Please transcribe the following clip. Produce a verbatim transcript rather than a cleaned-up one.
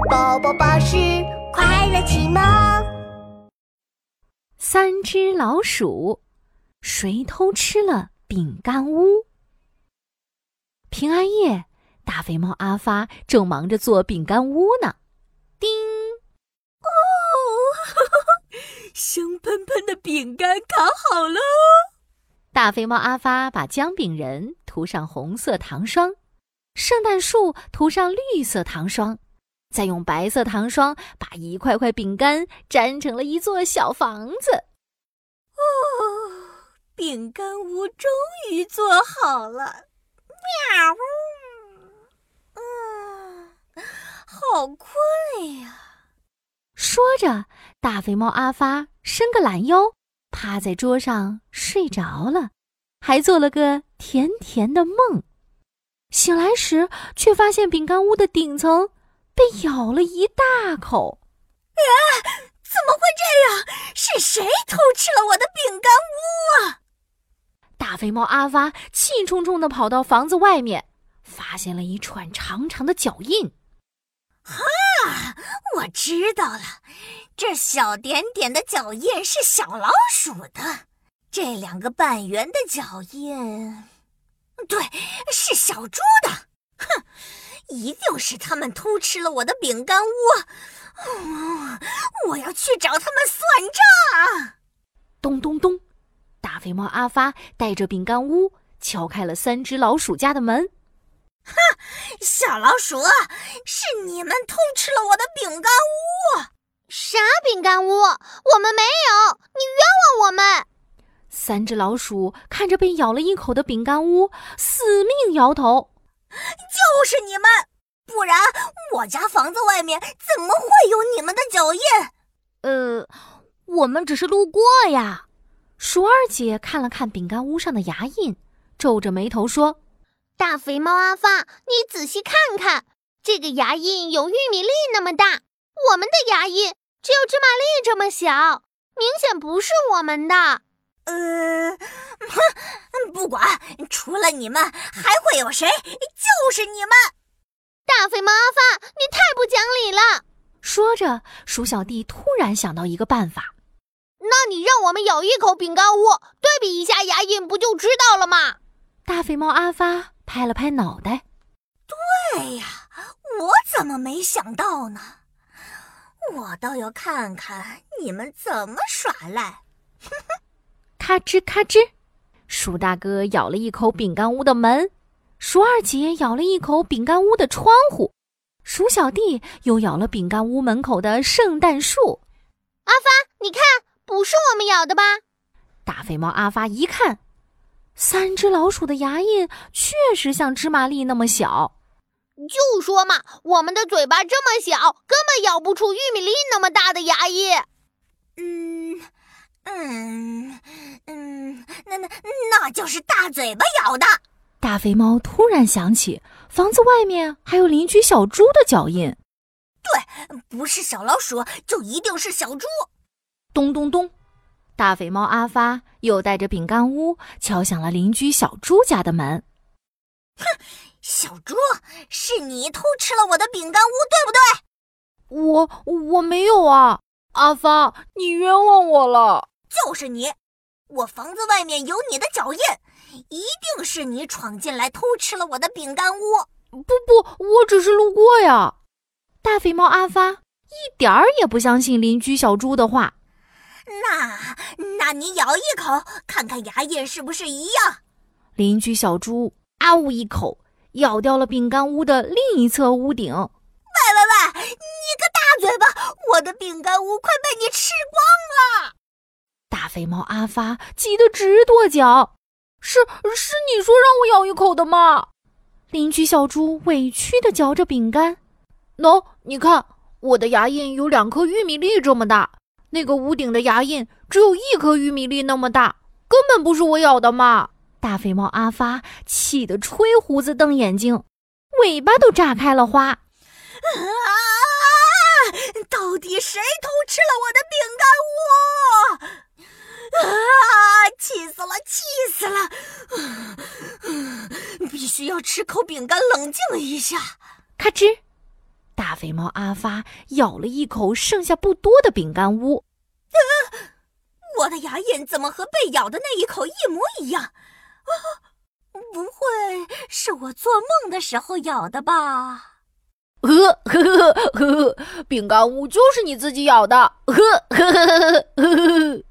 宝宝巴士快乐启蒙。 三只老鼠，谁偷吃了饼干屋？平安夜，大肥猫阿发正忙着做饼干屋呢。叮！ 哦，香喷喷的饼干烤好喽！ 大肥猫阿发把姜饼人涂上红色糖霜，圣诞树涂上绿色糖霜，再用白色糖霜把一块块饼干粘成了一座小房子。 哦，饼干屋终于做好了！喵！嗯，好困呀。 说着，大肥猫阿发伸个懒腰，趴在桌上睡着了，还做了个甜甜的梦。醒来时，却发现饼干屋的顶层被咬了一大口。 啊！怎么会这样？是谁偷吃了我的饼干屋啊？ 大肥猫阿发气冲冲地跑到房子外面，发现了一串长长的脚印。 哈，我知道了，这小点点的脚印是小老鼠的，这两个半圆的脚印，对，是小猪的。哼，一定是他们偷吃了我的饼干屋。嗯，我要去找他们算账。 咚咚咚，大肥猫阿发带着饼干屋敲开了三只老鼠家的门。 哼，小老鼠，是你们偷吃了我的饼干屋！ 啥饼干屋？我们没有，你冤枉我们！ 三只老鼠看着被咬了一口的饼干屋，死命摇头。 就是你们，不然我家房子外面怎么会有你们的脚印？ 呃，我们只是路过呀。 鼠二姐看了看饼干屋上的牙印，皱着眉头说： 大肥猫阿发，你仔细看看，这个牙印有玉米粒那么大，我们的牙印只有芝麻粒这么小，明显不是我们的。 呃，哼，不管，除了你们还会有谁？就是你们！ 大肥猫阿发，你太不讲理了！ 说着，鼠小弟突然想到一个办法。 那你让我们咬一口饼干屋，对比一下牙印，不就知道了吗？ 大肥猫阿发拍了拍脑袋。 对呀，我怎么没想到呢？我倒要看看你们怎么耍赖。哼哼。 咔吱咔吱，鼠大哥咬了一口饼干屋的门，鼠二姐咬了一口饼干屋的窗户，鼠小弟又咬了饼干屋门口的圣诞树。 阿发，你看，不是我们咬的吧？ 大肥猫阿发一看，三只老鼠的牙印确实像芝麻粒那么小。 就说嘛，我们的嘴巴这么小，根本咬不出玉米粒那么大的牙印。 嗯嗯嗯，那那那就是大嘴巴咬的。 大肥猫突然想起，房子外面还有邻居小猪的脚印。 对，不是小老鼠，就一定是小猪。 咚咚咚，大肥猫阿发又带着饼干屋敲响了邻居小猪家的门。 哼，小猪，是你偷吃了我的饼干屋，对不对？ 我我没有啊，阿发，你冤枉我了。 就是你，我房子外面有你的脚印，一定是你闯进来偷吃了我的饼干屋。 不不，我只是路过呀。大肥猫阿发一点儿也不相信邻居小猪的话。 那那你咬一口，看看牙印是不是一样？ 邻居小猪啊呜一口，咬掉了饼干屋的另一侧屋顶。喂喂喂，你个大嘴巴，我的饼干屋快被你吃光了！ 大肥猫阿发急得直跺脚。是是你说让我咬一口的吗？邻居小猪委屈地嚼着饼干。喏、no, 你看，我的牙印有两颗玉米粒这么大，那个屋顶的牙印只有一颗玉米粒那么大，根本不是我咬的嘛！大肥猫阿发气得吹胡子瞪眼睛，尾巴都炸开了花。啊！ 到底谁偷吃了我的饼干屋？啊！气死了，气死了！必须要吃口饼干冷静一下。 咔吱， 大肥猫阿发咬了一口剩下不多的饼干屋。 啊，我的牙印怎么和被咬的那一口一模一样？啊，不会是我做梦的时候咬的吧？ 呵呵呵呵呵，饼干屋就是你自己咬的。呵呵呵呵呵呵。